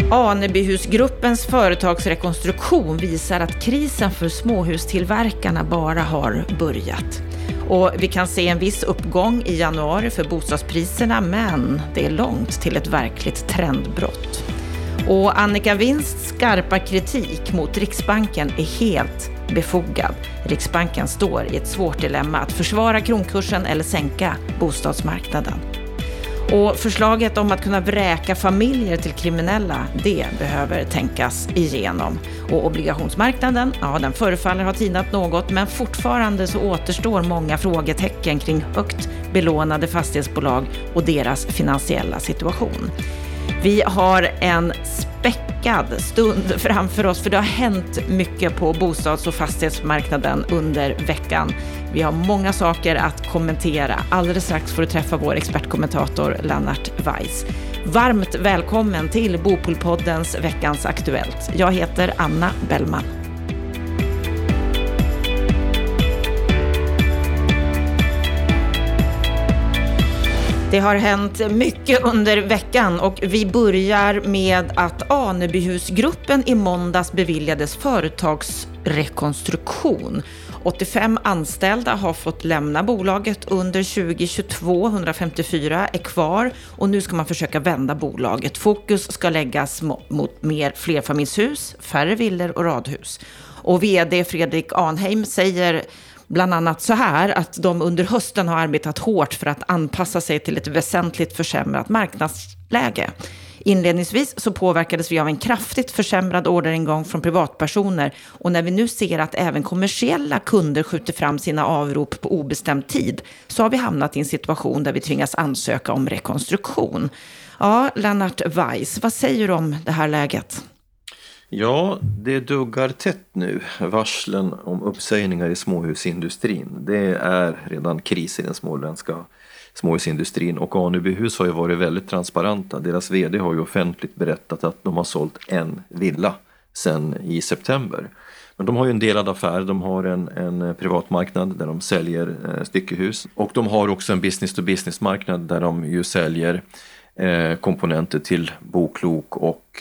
Anebyhusgruppens företagsrekonstruktion visar att krisen för småhustillverkarna bara har börjat. Och vi kan se en viss uppgång i januari för bostadspriserna, men det är långt till ett verkligt trendbrott. Och Annika Windsts skarpa kritik mot Riksbanken är helt befogad. Riksbanken står i ett svårt dilemma att försvara kronkursen eller sänka bostadsmarknaden. Och förslaget om att kunna vräka familjer till kriminella, det behöver tänkas igenom. Och obligationsmarknaden, ja, den förefaller ha tinat något, men fortfarande så återstår många frågetecken kring högt belånade fastighetsbolag och deras finansiella situation. Vi har en späckad stund framför oss, för det har hänt mycket på bostads- och fastighetsmarknaden under veckan. Vi har många saker att kommentera. Alldeles strax får du träffa vår expertkommentator Lennart Weiss. Varmt välkommen till Bopolpoddens Veckans Aktuellt. Jag heter Anna Bellman. Det har hänt mycket under veckan och vi börjar med att Anebyhusgruppen i måndags beviljades företagsrekonstruktion. 85 anställda har fått lämna bolaget under 2022, 154 är kvar och nu ska man försöka vända bolaget. Fokus ska läggas mot mer flerfamiljshus, färre villor och radhus. Och vd Fredrik Arnheim säger bland annat så här att de under hösten har arbetat hårt för att anpassa sig till ett väsentligt försämrat marknadsläge. Inledningsvis så påverkades vi av en kraftigt försämrad orderingång från privatpersoner och när vi nu ser att även kommersiella kunder skjuter fram sina avrop på obestämd tid så har vi hamnat i en situation där vi tvingas ansöka om rekonstruktion. Ja, Lennart Weiss, vad säger du om det här läget? Ja, det duggar tätt nu. Varslen om uppsägningar i småhusindustrin. Det är redan kris i den småländska småhusindustrin och Anebyhus har ju varit väldigt transparenta. Deras vd har ju offentligt berättat att de har sålt en villa sedan i september. Men de har ju en delad affär, de har en privatmarknad där de säljer styckehus och de har också en business-to-business-marknad där de ju säljer komponenter till Boklok och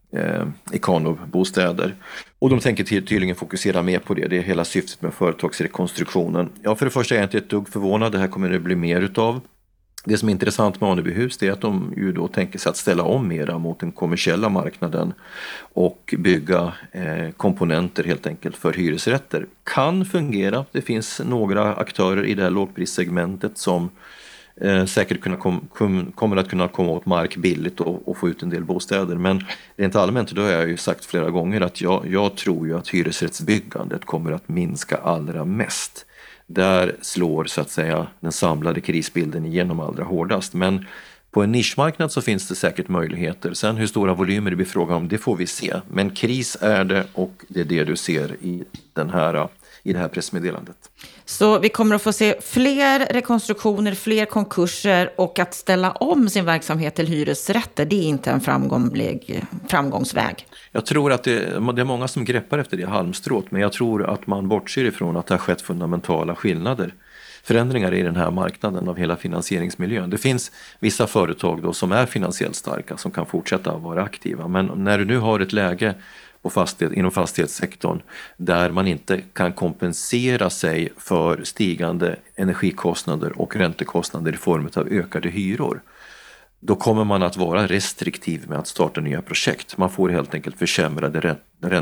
Ikano-bostäder. Och de tänker tydligen fokusera mer på det. Det är hela syftet med företagsrekonstruktionen. Ja, för det första är jag inte ett dugg förvånad. Det här kommer det bli mer utav. Det som är intressant med Anebyhus är att de ju då tänker sig att ställa om mera mot den kommersiella marknaden och bygga komponenter helt enkelt för hyresrätter. Kan fungera. Det finns några aktörer i det här lågprissegmentet som säkert kommer att kunna komma åt mark billigt och få ut en del bostäder. Men rent allmänt, då har jag ju sagt flera gånger att jag tror ju att hyresrättsbyggandet kommer att minska allra mest. Där slår så att säga den samlade krisbilden igenom allra hårdast. Men på en nischmarknad så finns det säkert möjligheter. Sen hur stora volymer det blir fråga om, det får vi se. Men kris är det och det är det du ser i det här pressmeddelandet. Så vi kommer att få se fler rekonstruktioner, fler konkurser och att ställa om sin verksamhet till hyresrätter, det är inte en framgångsväg. Jag tror att det är många som greppar efter det halmstråt, men jag tror att man bortser ifrån att det har skett fundamentala förändringar i den här marknaden av hela finansieringsmiljön. Det finns vissa företag då som är finansiellt starka som kan fortsätta att vara aktiva, men när du nu har ett läge inom fastighetssektorn där man inte kan kompensera sig för stigande energikostnader och räntekostnader i form av ökade hyror, då kommer man att vara restriktiv med att starta nya projekt. Man får helt enkelt försämrade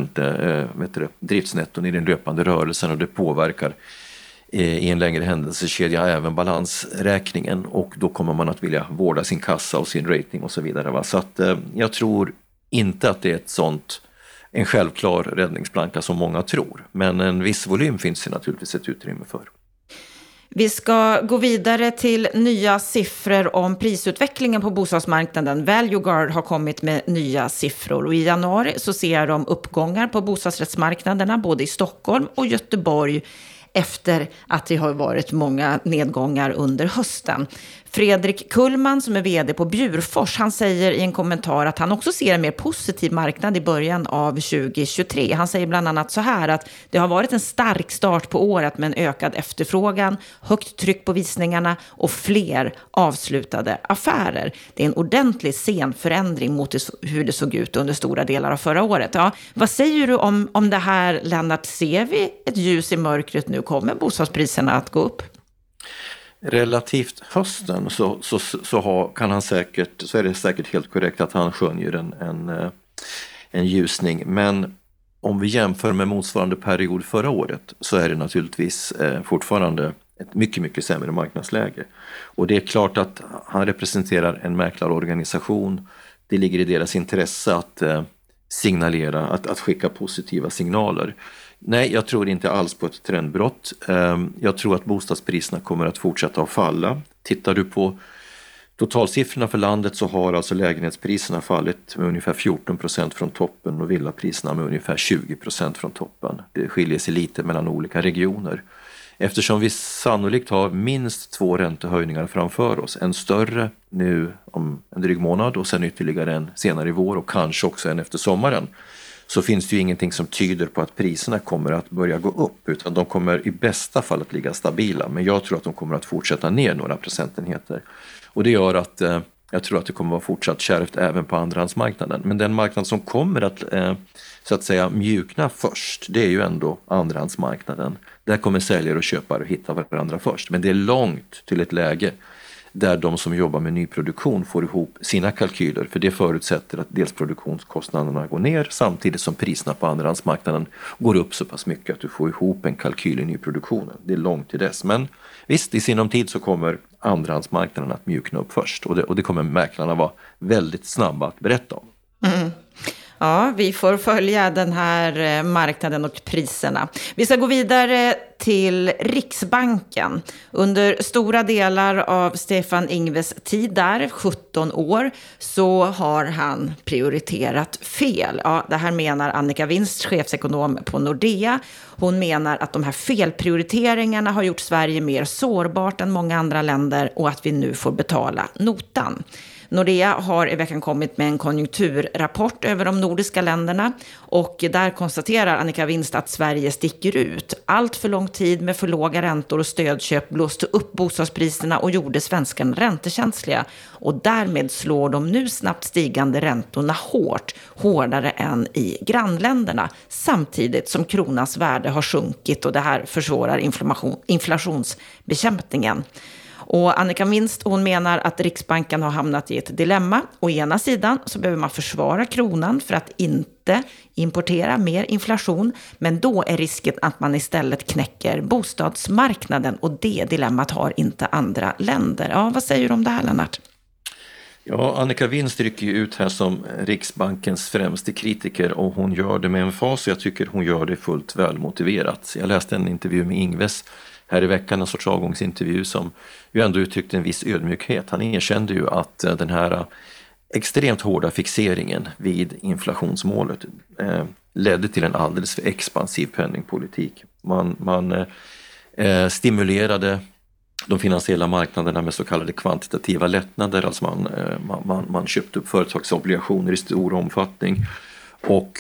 driftsnetton i den löpande rörelsen och det påverkar i en längre händelsekedja även balansräkningen och då kommer man att vilja vårda sin kassa och sin rating och så vidare. Va? Så att jag tror inte att det är en självklar räddningsplanka som många tror. Men en viss volym finns det naturligtvis ett utrymme för. Vi ska gå vidare till nya siffror om prisutvecklingen på bostadsmarknaden. ValueGuard har kommit med nya siffror och i januari så ser de uppgångar på bostadsrättsmarknaderna både i Stockholm och Göteborg efter att det har varit många nedgångar under hösten. Fredrik Kullman som är vd på Bjurfors, han säger i en kommentar att han också ser en mer positiv marknad i början av 2023. Han säger bland annat så här att det har varit en stark start på året med en ökad efterfrågan, högt tryck på visningarna och fler avslutade affärer. Det är en ordentlig sen förändring mot hur det såg ut under stora delar av förra året. Ja, vad säger du om det här, Lennart? Ser vi ett ljus i mörkret nu? Kommer bostadspriserna att gå upp? Relativt hösten så är det säkert helt korrekt att han skönjer en ljusning. Men om vi jämför med motsvarande period förra året så är det naturligtvis fortfarande ett mycket, mycket sämre marknadsläge. Och det är klart att han representerar en mäklarorganisation. Det ligger i deras intresse att signalera, att skicka positiva signaler. Nej, jag tror inte alls på ett trendbrott. Jag tror att bostadspriserna kommer att fortsätta att falla. Tittar du på totalsiffrorna för landet så har alltså lägenhetspriserna fallit med ungefär 14% från toppen och villapriserna med ungefär 20% från toppen. Det skiljer sig lite mellan olika regioner. Eftersom vi sannolikt har minst 2 räntehöjningar framför oss, en större nu om en dryg månad och sen ytterligare en senare i vår och kanske också en efter sommaren, så finns det ju ingenting som tyder på att priserna kommer att börja gå upp, utan de kommer i bästa fall att ligga stabila. Men jag tror att de kommer att fortsätta ner några procentenheter. Och det gör att jag tror att det kommer att vara fortsatt kärvt även på andrahandsmarknaden. Men den marknad som kommer att så att säga mjukna först, det är ju ändå andrahandsmarknaden. Där kommer säljare och köpare att hitta varandra först. Men det är långt till ett läge där de som jobbar med nyproduktion får ihop sina kalkyler, för det förutsätter att dels produktionskostnaderna går ner samtidigt som priserna på andrahandsmarknaden går upp så pass mycket att du får ihop en kalkyl i nyproduktionen. Det är långt till dess, men visst, i sinom tid så kommer andrahandsmarknaden att mjukna upp först och det kommer mäklarna vara väldigt snabba att berätta om. Mm. Ja, vi får följa den här marknaden och priserna. Vi ska gå vidare till Riksbanken. Under stora delar av Stefan Ingves tid där, 17 år, så har han prioriterat fel. Ja, det här menar Annika Winst, chefsekonom på Nordea. Hon menar att de här felprioriteringarna har gjort Sverige mer sårbart än många andra länder och att vi nu får betala notan. Nordea har i veckan kommit med en konjunkturrapport över de nordiska länderna och där konstaterar Annika Winst att Sverige sticker ut. Allt för lång tid med för låga räntor och stödköp blåste upp bostadspriserna och gjorde svenskarna räntekänsliga. Och därmed slår de nu snabbt stigande räntorna hårdare än i grannländerna, samtidigt som kronans värde har sjunkit och det här försvårar inflationsbekämpningen. Och Annika Winst, hon menar att Riksbanken har hamnat i ett dilemma. Å ena sidan så behöver man försvara kronan för att inte importera mer inflation. Men då är risken att man istället knäcker bostadsmarknaden. Och det dilemmat har inte andra länder. Ja, vad säger du om det här, Lennart? Ja, Annika Winst rycker ju ut här som Riksbankens främste kritiker och hon gör det med en fas. Jag tycker hon gör det fullt välmotiverat. Jag läste en intervju med Ingves här i veckan, en sorts avgångsintervju som ju ändå uttryckte en viss ödmjukhet. Han erkände ju att den här extremt hårda fixeringen vid inflationsmålet ledde till en alldeles för expansiv penningpolitik. Man stimulerade de finansiella marknaderna med så kallade kvantitativa lättnader, alltså man köpte upp företagsobligationer i stor omfattning och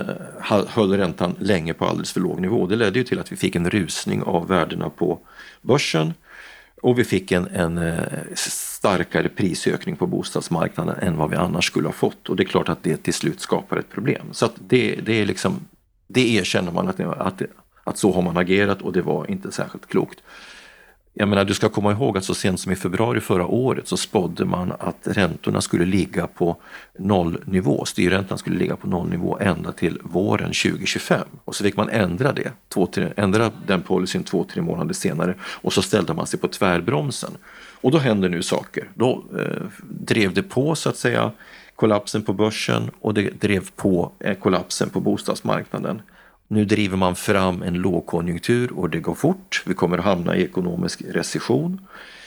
höll räntan länge på alldeles för låg nivå. Det ledde ju till att vi fick en rusning av värdena på börsen och vi fick en starkare prisökning på bostadsmarknaden än vad vi annars skulle ha fått. Och det är klart att det till slut skapar ett problem. Så att det är liksom, det erkänner man att så har man agerat och det var inte särskilt klokt. Jag menar, du ska komma ihåg att så sent som i februari förra året så spådde man att räntorna skulle ligga på nollnivå. Styrräntan skulle ligga på nollnivå ända till våren 2025. Och så fick man ändra den policyn 2-3 månader senare och så ställde man sig på tvärbromsen. Och då händer nu saker. Då drev det på så att säga kollapsen på börsen och det drev på kollapsen på bostadsmarknaden. Nu driver man fram en lågkonjunktur och det går fort. Vi kommer att hamna i ekonomisk recession.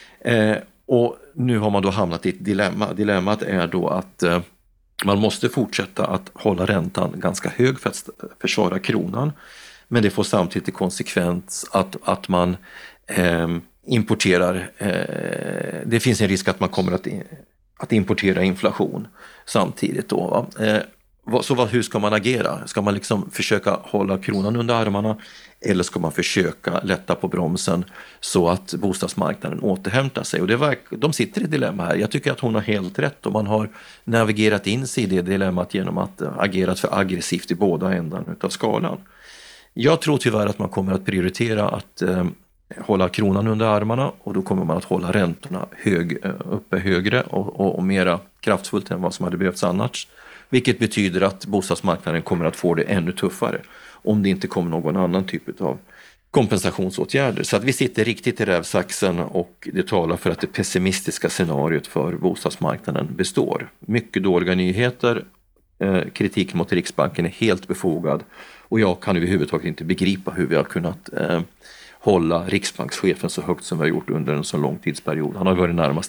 Och nu har man då hamnat i ett dilemma. Dilemmat är då att man måste fortsätta att hålla räntan ganska hög för att försvara kronan. Men det får samtidigt konsekvens att man importerar, det finns en risk att man kommer att importera inflation samtidigt då. Så hur ska man agera? Ska man liksom försöka hålla kronan under armarna eller ska man försöka lätta på bromsen så att bostadsmarknaden återhämtar sig? Och de sitter i ett dilemma här. Jag tycker att hon har helt rätt och man har navigerat in sig i det dilemmat genom att agera för aggressivt i båda ändarna av skalan. Jag tror tyvärr att man kommer att prioritera att hålla kronan under armarna och då kommer man att hålla räntorna uppe högre och mera kraftfullt än vad som hade behövts annars. Vilket betyder att bostadsmarknaden kommer att få det ännu tuffare om det inte kommer någon annan typ av kompensationsåtgärder. Så att vi sitter riktigt i rävsaxen och det talar för att det pessimistiska scenariot för bostadsmarknaden består. Mycket dåliga nyheter, kritik mot Riksbanken är helt befogad och jag kan överhuvudtaget inte begripa hur vi har kunnat hålla riksbankschefen så högt som vi har gjort under en så lång tidsperiod. Han har varit närmast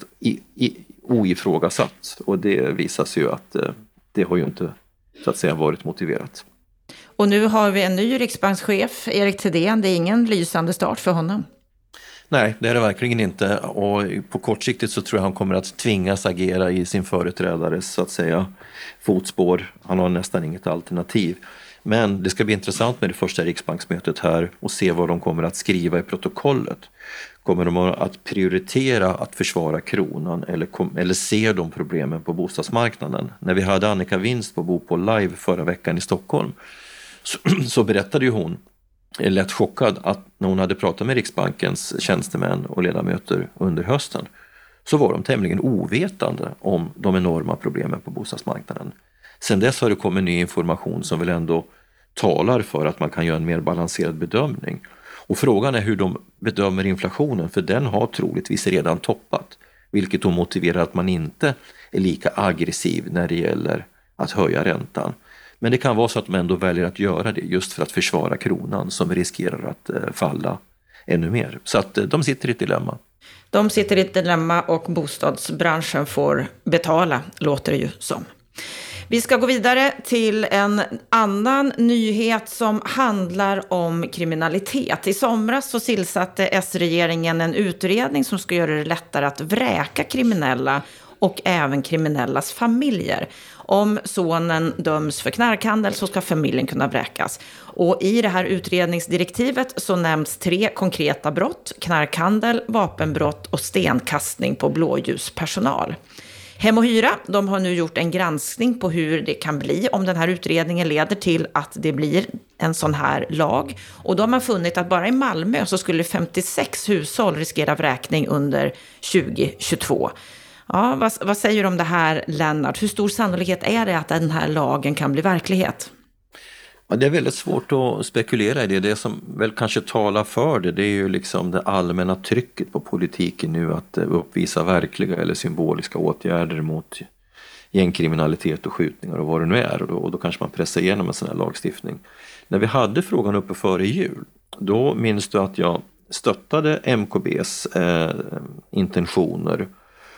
oifrågasatt och det visar sig ju att det har ju inte så att säga varit motiverat. Och nu har vi en ny riksbankschef, Erik Thedéen. Det är ingen lysande start för honom. Nej, det är det verkligen inte. Och på kortsiktigt så tror jag han kommer att tvingas agera i sin företrädares så att säga fotspår. Han har nästan inget alternativ. Men det ska bli intressant med det första riksbanksmötet här och se vad de kommer att skriva i protokollet. Kommer de att prioritera att försvara kronan eller ser de problemen på bostadsmarknaden? När vi hade Annika Winst på Bopol Live förra veckan i Stockholm så berättade ju hon, lätt chockad, att när hon hade pratat med Riksbankens tjänstemän och ledamöter under hösten så var de tämligen ovetande om de enorma problemen på bostadsmarknaden. Sen dess har det kommit ny information som väl ändå talar för att man kan göra en mer balanserad bedömning. Och frågan är hur de bedömer inflationen, för den har troligtvis redan toppat. Vilket då motiverar att man inte är lika aggressiv när det gäller att höja räntan. Men det kan vara så att man ändå väljer att göra det just för att försvara kronan som riskerar att falla ännu mer. Så att de sitter i ett dilemma. De sitter i ett dilemma och bostadsbranschen får betala, låter det ju som. Vi ska gå vidare till en annan nyhet som handlar om kriminalitet. I somras så tillsatte S-regeringen en utredning som ska göra det lättare att vräka kriminella och även kriminellas familjer. Om sonen döms för knarkhandel så ska familjen kunna vräkas. Och i det här utredningsdirektivet så nämns 3 konkreta brott: knarkhandel, vapenbrott och stenkastning på blåljuspersonal. Hem och Hyra, de har nu gjort en granskning på hur det kan bli om den här utredningen leder till att det blir en sån här lag. Och då har man funnit att bara i Malmö så skulle 56 hushåll riskera vräkning under 2022. Ja, vad säger du om det här, Lennart? Hur stor sannolikhet är det att den här lagen kan bli verklighet? Ja, det är väldigt svårt att spekulera i det. Det som väl kanske talar för det är ju liksom det allmänna trycket på politiken nu att uppvisa verkliga eller symboliska åtgärder mot gängkriminalitet och skjutningar och vad det nu är. Och då kanske man pressar igenom en sån här lagstiftning. När vi hade frågan uppe före jul, då minns du att jag stöttade MKBs intentioner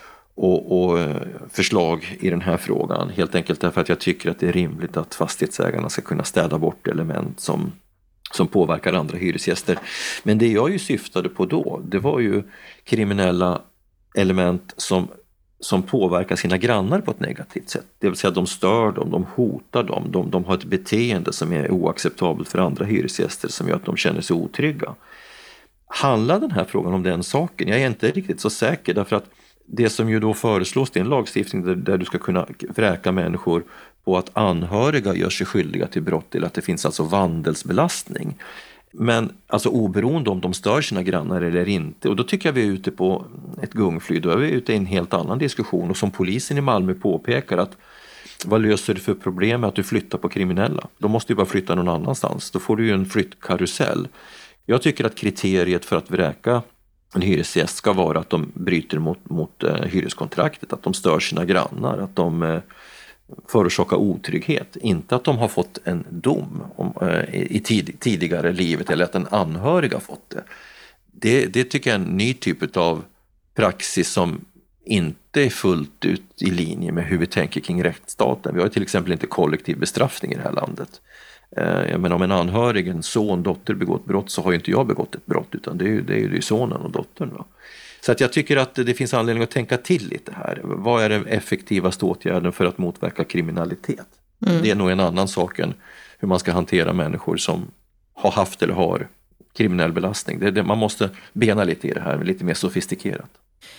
och förslag i den här frågan. Helt enkelt därför att jag tycker att det är rimligt att fastighetsägarna ska kunna städa bort element som påverkar andra hyresgäster. Men det jag ju syftade på då, det var ju kriminella element som påverkar sina grannar på ett negativt sätt. Det vill säga att de stör dem, de hotar dem, de har ett beteende som är oacceptabelt för andra hyresgäster som gör att de känner sig otrygga. Handlar den här frågan om den saken? Jag är inte riktigt så säker, därför att det som ju då föreslås, det är en lagstiftning där du ska kunna vräka människor på att anhöriga gör sig skyldiga till brott eller att det finns alltså vandelsbelastning. Men alltså oberoende om de stör sina grannar eller inte. Och då tycker jag vi är ute på ett gungfly. Då är vi ute i en helt annan diskussion. Och som polisen i Malmö påpekar, att vad löser du för problem med att du flyttar på kriminella? De måste ju bara flytta någon annanstans. Då får du ju en flyttkarusell. Jag tycker att kriteriet för att vräka en hyresgäst ska vara att de bryter mot hyreskontraktet, att de stör sina grannar, att de förorsakar otrygghet. Inte att de har fått en dom i tidigare livet eller att en anhörig har fått det. Det tycker jag är en ny typ av praxis som inte är fullt ut i linje med hur vi tänker kring rättsstaten. Vi har till exempel inte kollektiv bestraffning i det här landet. Jag menar, om en anhörig, en son, dotter begått brott, så har ju inte jag begått ett brott, utan det är ju sonen och dottern. Va? Så att jag tycker att det finns anledning att tänka till lite här. Vad är den effektivaste åtgärden för att motverka kriminalitet? Det är nog en annan sak än hur man ska hantera människor som har haft eller har kriminell belastning. Man måste bena lite i det här, lite mer sofistikerat.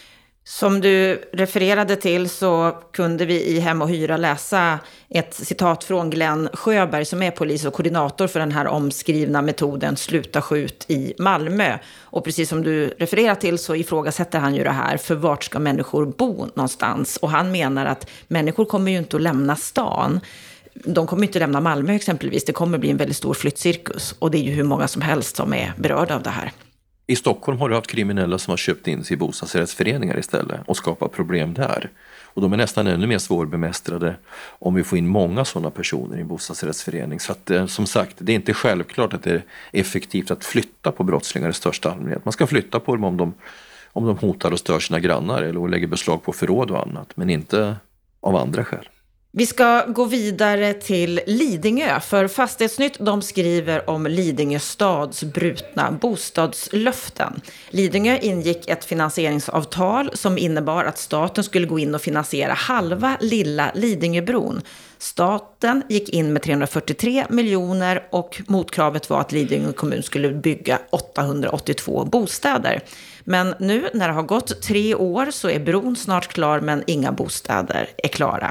Som du refererade till så kunde vi i Hem och Hyra läsa ett citat från Glenn Sjöberg som är polis och koordinator för den här omskrivna metoden Sluta skjut i Malmö. Och precis som du refererar till så ifrågasätter han ju det här, för vart ska människor bo någonstans? Och han menar att människor kommer ju inte att lämna stan. De kommer inte att lämna Malmö exempelvis. Det kommer bli en väldigt stor flyttcirkus, och det är ju hur många som helst som är berörda av det här. I Stockholm har du haft kriminella som har köpt in sig i bostadsrättsföreningar istället och skapat problem där. Och de är nästan ännu mer svårbemästrade om vi får in många sådana personer i en bostadsrättsförening. Så att, som sagt, det är inte självklart att det är effektivt att flytta på brottslingar i största allmänhet. Man ska flytta på dem om de hotar och stör sina grannar eller lägger beslag på förråd och annat, men inte av andra skäl. Vi ska gå vidare till Lidingö, för Fastighetsnytt de skriver om Lidingö stads brutna bostadslöften. Lidingö ingick ett finansieringsavtal som innebar att staten skulle gå in och finansiera halva lilla Lidingöbron. Staten gick in med 343 miljoner och motkravet var att Lidingö kommun skulle bygga 882 bostäder. Men nu när det har gått 3 år så är bron snart klar, men inga bostäder är klara.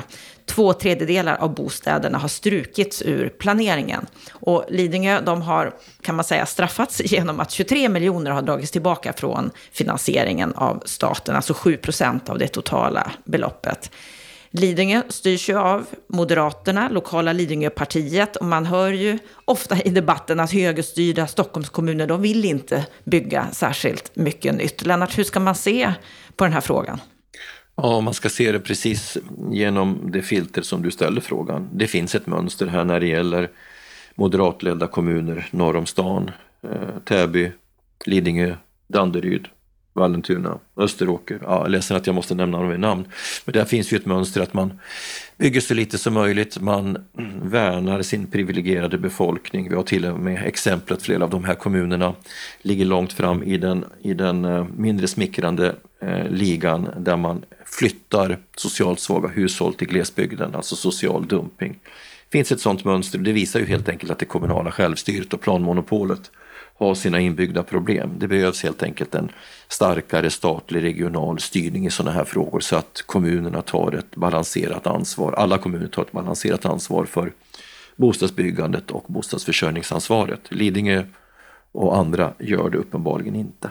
2/3 av bostäderna har strukits ur planeringen. Och Lidingö, de har, kan man säga, straffats genom att 23 miljoner har dragits tillbaka från finansieringen av staten, alltså 7% av det totala beloppet. Lidingö styrs ju av Moderaterna, lokala Lidingöpartiet, och man hör ju ofta i debatten att högerstyrda Stockholmskommuner, de vill inte bygga särskilt mycket nytt. Lennart, hur ska man se på den här frågan? Ja, man ska se det precis genom det filter som du ställer frågan. Det finns ett mönster här när det gäller moderatledda kommuner norr om stan, Täby, Lidingö, Danderyd, Vallentuna, Österåker. Ja, jag är ledsen att jag måste nämna dem i namn. Men där finns ju ett mönster att man bygger så lite som möjligt. Man värnar sin privilegierade befolkning. Vi har till och med exemplet, flera av de här kommunerna ligger långt fram i den mindre smickrande ligan där man flyttar socialt svaga hushåll till glesbygden, alltså social dumping. Finns ett sådant mönster, det visar ju helt enkelt att det kommunala självstyret och planmonopolet har sina inbyggda problem. Det behövs helt enkelt en starkare statlig regional styrning i sådana här frågor så att kommunerna tar ett balanserat ansvar. Alla kommuner tar ett balanserat ansvar för bostadsbyggandet och bostadsförsörjningsansvaret. Lidingö och andra gör det uppenbarligen inte.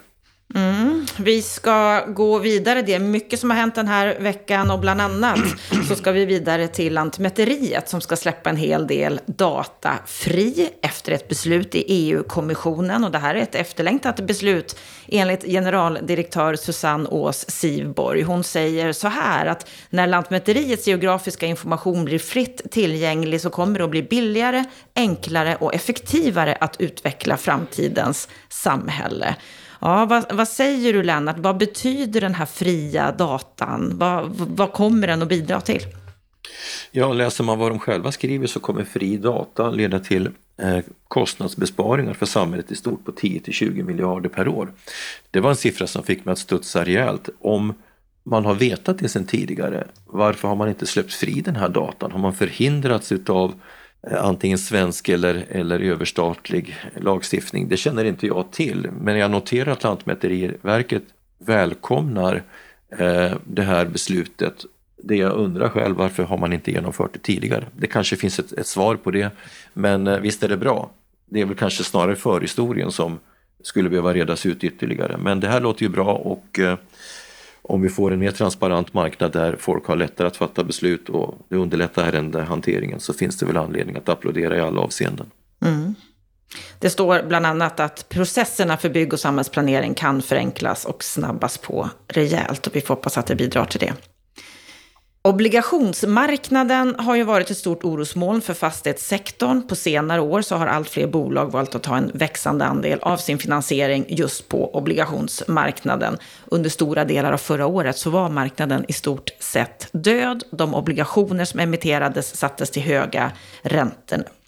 Vi ska gå vidare. Det är mycket som har hänt den här veckan, och bland annat så ska vi vidare till Lantmäteriet som ska släppa en hel del data fri efter ett beslut i EU-kommissionen, och det här är ett efterlängtat beslut enligt generaldirektör Susanne Ås Sivborg. Hon säger så här att när Lantmäteriets geografiska information blir fritt tillgänglig så kommer det att bli billigare, enklare och effektivare att utveckla framtidens samhälle. Ja, vad säger du, Lennart? Vad betyder den här fria datan? Vad kommer den att bidra till? Ja, läser man vad de själva skriver så kommer fri data leda till kostnadsbesparingar för samhället i stort på 10-20 miljarder per år. Det var en siffra som fick mig att studsa rejält. Om man har vetat det sedan tidigare, varför har man inte släppt fri den här datan? Har man förhindrats utav antingen svensk eller överstatlig lagstiftning? Det känner inte jag till, men jag noterar att Lantmäteriverket välkomnar det här beslutet. Det jag undrar själv, varför har man inte genomfört det tidigare? Det kanske finns ett svar på det, men visst är det bra. Det är väl kanske snarare förhistorien som skulle behöva redas ut ytterligare. Men det här låter ju bra, och om vi får en mer transparent marknad där folk har lättare att fatta beslut och det underlättar ärendehanteringen, så finns det väl anledning att applådera i alla avseenden. Det står bland annat att processerna för bygg- och samhällsplanering kan förenklas och snabbas på rejält, och vi får hoppas att det bidrar till det. Obligationsmarknaden har ju varit ett stort orosmoln för fastighetssektorn. På senare år så har allt fler bolag valt att ta en växande andel av sin finansiering just på obligationsmarknaden. Under stora delar av förra året så var marknaden i stort sett död. De obligationer som emitterades sattes till höga räntor.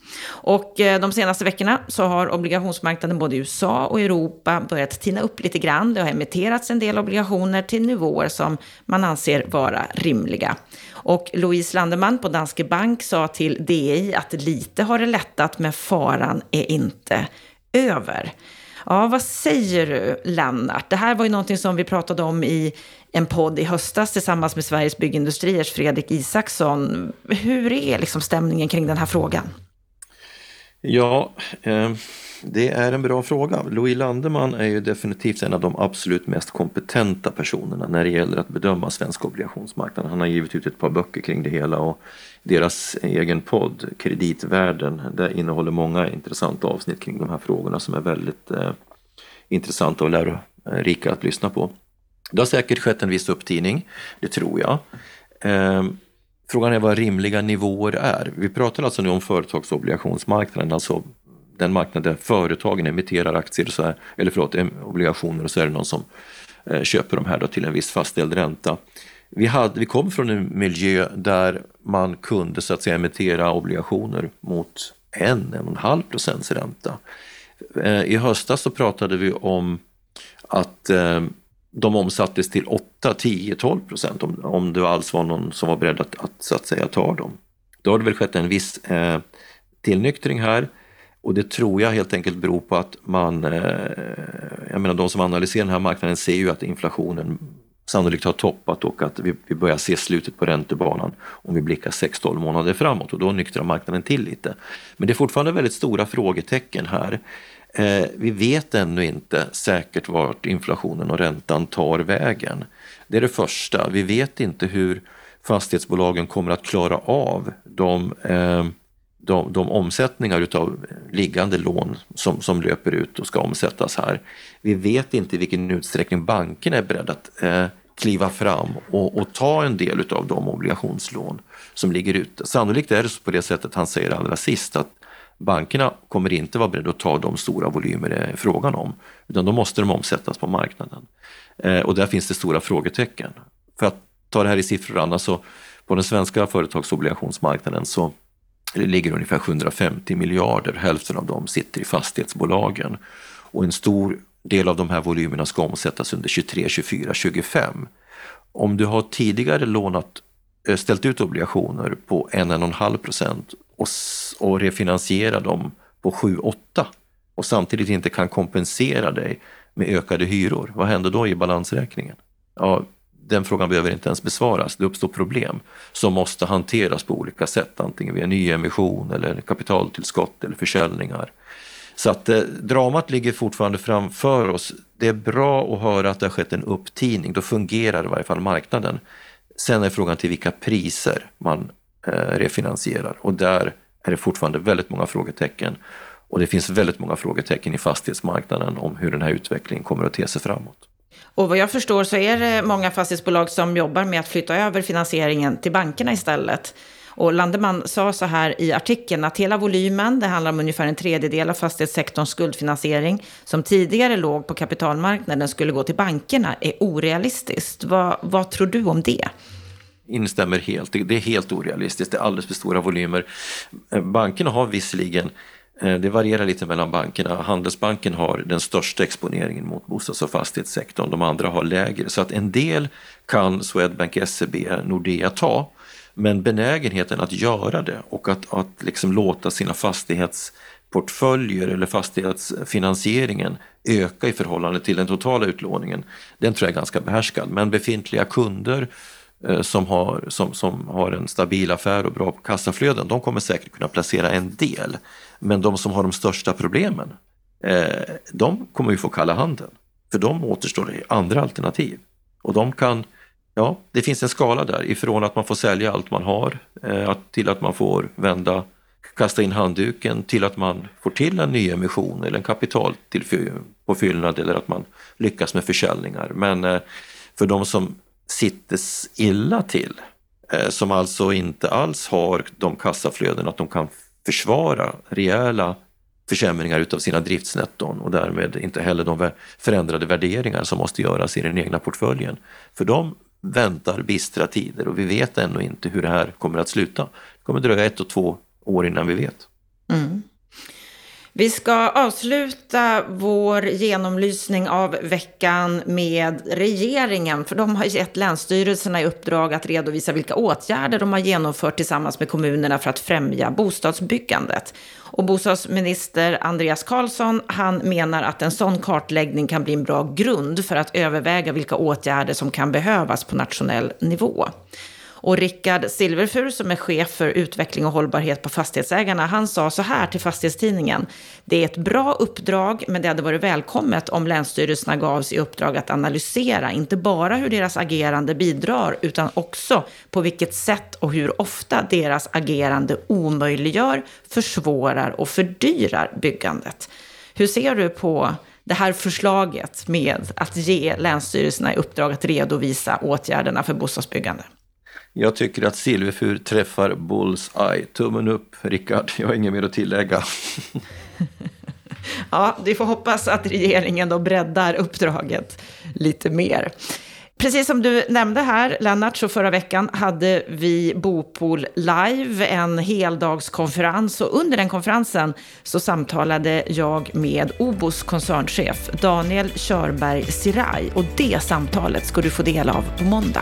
Och de senaste veckorna så har obligationsmarknaden både i USA och Europa börjat tina upp lite grann. Det har emitterats en del obligationer till nivåer som man anser vara rimliga. Och Louise Landeman på Danske Bank sa till DI att lite har det lättat, men faran är inte över. Ja, vad säger du, Lennart? Det här var ju någonting som vi pratade om i en podd i höstas tillsammans med Sveriges byggindustriers Fredrik Isaksson. Hur är liksom stämningen kring den här frågan? Ja, det är en bra fråga. Louise Landeman är ju definitivt en av de absolut mest kompetenta personerna när det gäller att bedöma svensk obligationsmarknad. Han har givit ut ett par böcker kring det hela, och deras egen podd, Kreditvärlden, där innehåller många intressanta avsnitt kring de här frågorna som är väldigt intressanta och lärorika att lyssna på. Det har säkert skett en viss upptining, det tror jag. Frågan är vad rimliga nivåer är. Vi pratar alltså nu om företagsobligationsmarknaden, alltså den marknad där företagen emitterar aktier så här, eller obligationer, och så är det någon som köper de här då till en viss fastställd ränta. Vi kom från en miljö där man kunde så att säga emittera obligationer mot 1,5% ränta. I höstas så pratade vi om att de omsattes till 8, 10, 12% om det alls var någon som var beredd att så att säga ta dem. Då har det väl skett en viss tillnyktring här, och det tror jag helt enkelt beror på att de som analyserar den här marknaden ser ju att inflationen sannolikt har toppat och att vi börjar se slutet på räntebanan om vi blickar 6-12 månader framåt, och då nyktrar marknaden till lite. Men det är fortfarande väldigt stora frågetecken här. Vi vet ännu inte säkert vart inflationen och räntan tar vägen. Det är det första. Vi vet inte hur fastighetsbolagen kommer att klara av de omsättningar utav liggande lån som löper ut och ska omsättas här. Vi vet inte i vilken utsträckning bankerna är beredda att kliva fram och ta en del utav de obligationslån som ligger ute. Sannolikt är det på det sättet han säger allra sist, att bankerna kommer inte vara beredda att ta de stora volymer det är frågan om, utan då måste de omsättas på marknaden. Och där finns det stora frågetecken. För att ta det här i siffror, annars så på den svenska företagsobligationsmarknaden så ligger ungefär 750 miljarder, hälften av dem sitter i fastighetsbolagen. Och en stor del av de här volymerna ska omsättas under 23, 24, 25. Om du har tidigare ställt ut obligationer på 1,5% och refinansierar dem på 7-8 och samtidigt inte kan kompensera dig med ökade hyror, vad händer då i balansräkningen? Ja, den frågan behöver inte ens besvaras. Det uppstår problem som måste hanteras på olika sätt, antingen via nyemission eller kapitaltillskott eller försäljningar. Så att dramat ligger fortfarande framför oss. Det är bra att höra att det har skett en upptining. Då fungerar i varje fall marknaden. Sen är frågan till vilka priser man refinansierar. Och där är det fortfarande väldigt många frågetecken. Och det finns väldigt många frågetecken i fastighetsmarknaden om hur den här utvecklingen kommer att te sig framåt. Och vad jag förstår så är det många fastighetsbolag som jobbar med att flytta över finansieringen till bankerna istället. Och Landeman sa så här i artikeln att hela volymen, det handlar om ungefär 1/3 av fastighetssektorns skuldfinansiering, som tidigare låg på kapitalmarknaden skulle gå till bankerna, är orealistiskt. Vad tror du om det? Instämmer helt. Det är helt orealistiskt. Det är alldeles för stora volymer. Bankerna har visserligen, det varierar lite mellan bankerna. Handelsbanken har den största exponeringen mot bostads- och fastighetssektorn. De andra har lägre. Så att en del kan Swedbank, SEB, Nordea ta. Men benägenheten att göra det och att liksom låta sina fastighetsportföljer eller fastighetsfinansieringen öka i förhållande till den totala utlåningen, den tror jag är ganska behärskad. Men befintliga kunder som har en stabil affär och bra kassaflöden, de kommer säkert kunna placera en del. Men de som har de största problemen, de kommer ju få kalla handen. För de återstår andra alternativ. Och de kan, det finns en skala där ifrån att man får sälja allt man har till att man får kasta in handduken, till att man får till en ny emission eller en kapital på fyllnad, eller att man lyckas med försäljningar. Men för de som sitter illa till, som alltså inte alls har de kassaflöden att de kan försvara rejäla försämringar utav sina driftsnetton och därmed inte heller de förändrade värderingar som måste göras i den egna portföljen. För de väntar bistra tider och vi vet ännu inte hur det här kommer att sluta. Det kommer dröja 1 och 2 år innan vi vet. Mm. Vi ska avsluta vår genomlysning av veckan med regeringen, för de har gett länsstyrelserna i uppdrag att redovisa vilka åtgärder de har genomfört tillsammans med kommunerna för att främja bostadsbyggandet. Och bostadsminister Andreas Carlson, han menar att en sån kartläggning kan bli en bra grund för att överväga vilka åtgärder som kan behövas på nationell nivå. Och Rickard Silverfur, som är chef för utveckling och hållbarhet på Fastighetsägarna, han sa så här till Fastighetstidningen: det är ett bra uppdrag, men det hade varit välkommet om länsstyrelserna gavs i uppdrag att analysera inte bara hur deras agerande bidrar, utan också på vilket sätt och hur ofta deras agerande omöjliggör, försvårar och fördyrar byggandet. Hur ser du på det här förslaget med att ge länsstyrelserna i uppdrag att redovisa åtgärderna för bostadsbyggande? Jag tycker att Silverfur träffar bullseye. Tummen upp, Rickard. Jag har inget mer att tillägga. Ja, vi får hoppas att regeringen då breddar uppdraget lite mer. Precis som du nämnde här, Lennart, så förra veckan hade vi Bopool live, en heldagskonferens, och under den konferensen så samtalade jag med OBOs koncernchef Daniel Körberg Siraj, och det samtalet ska du få del av på måndag.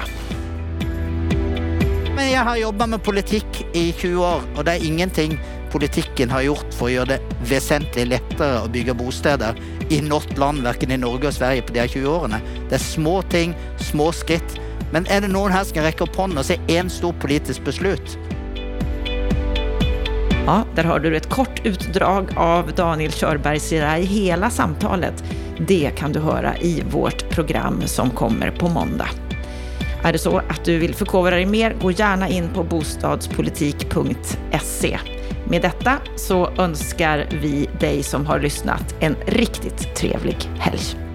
Men jag har jobbat med politik i 20 år, och det är ingenting politiken har gjort för att göra det väsentligt lättare att bygga bostäder i något land, varken i Norge och Sverige, på de här 20 åren. Det är små ting, små skritt. Men är det någon här som ska räcka upp hånden och se en stor politisk beslut? Ja, där har du ett kort utdrag av Daniel Körberg Siraj. Hela samtalet, det kan du höra i vårt program som kommer på måndag. Är det så att du vill förkovra dig mer, gå gärna in på bostadspolitik.se. Med detta så önskar vi dig som har lyssnat en riktigt trevlig helg.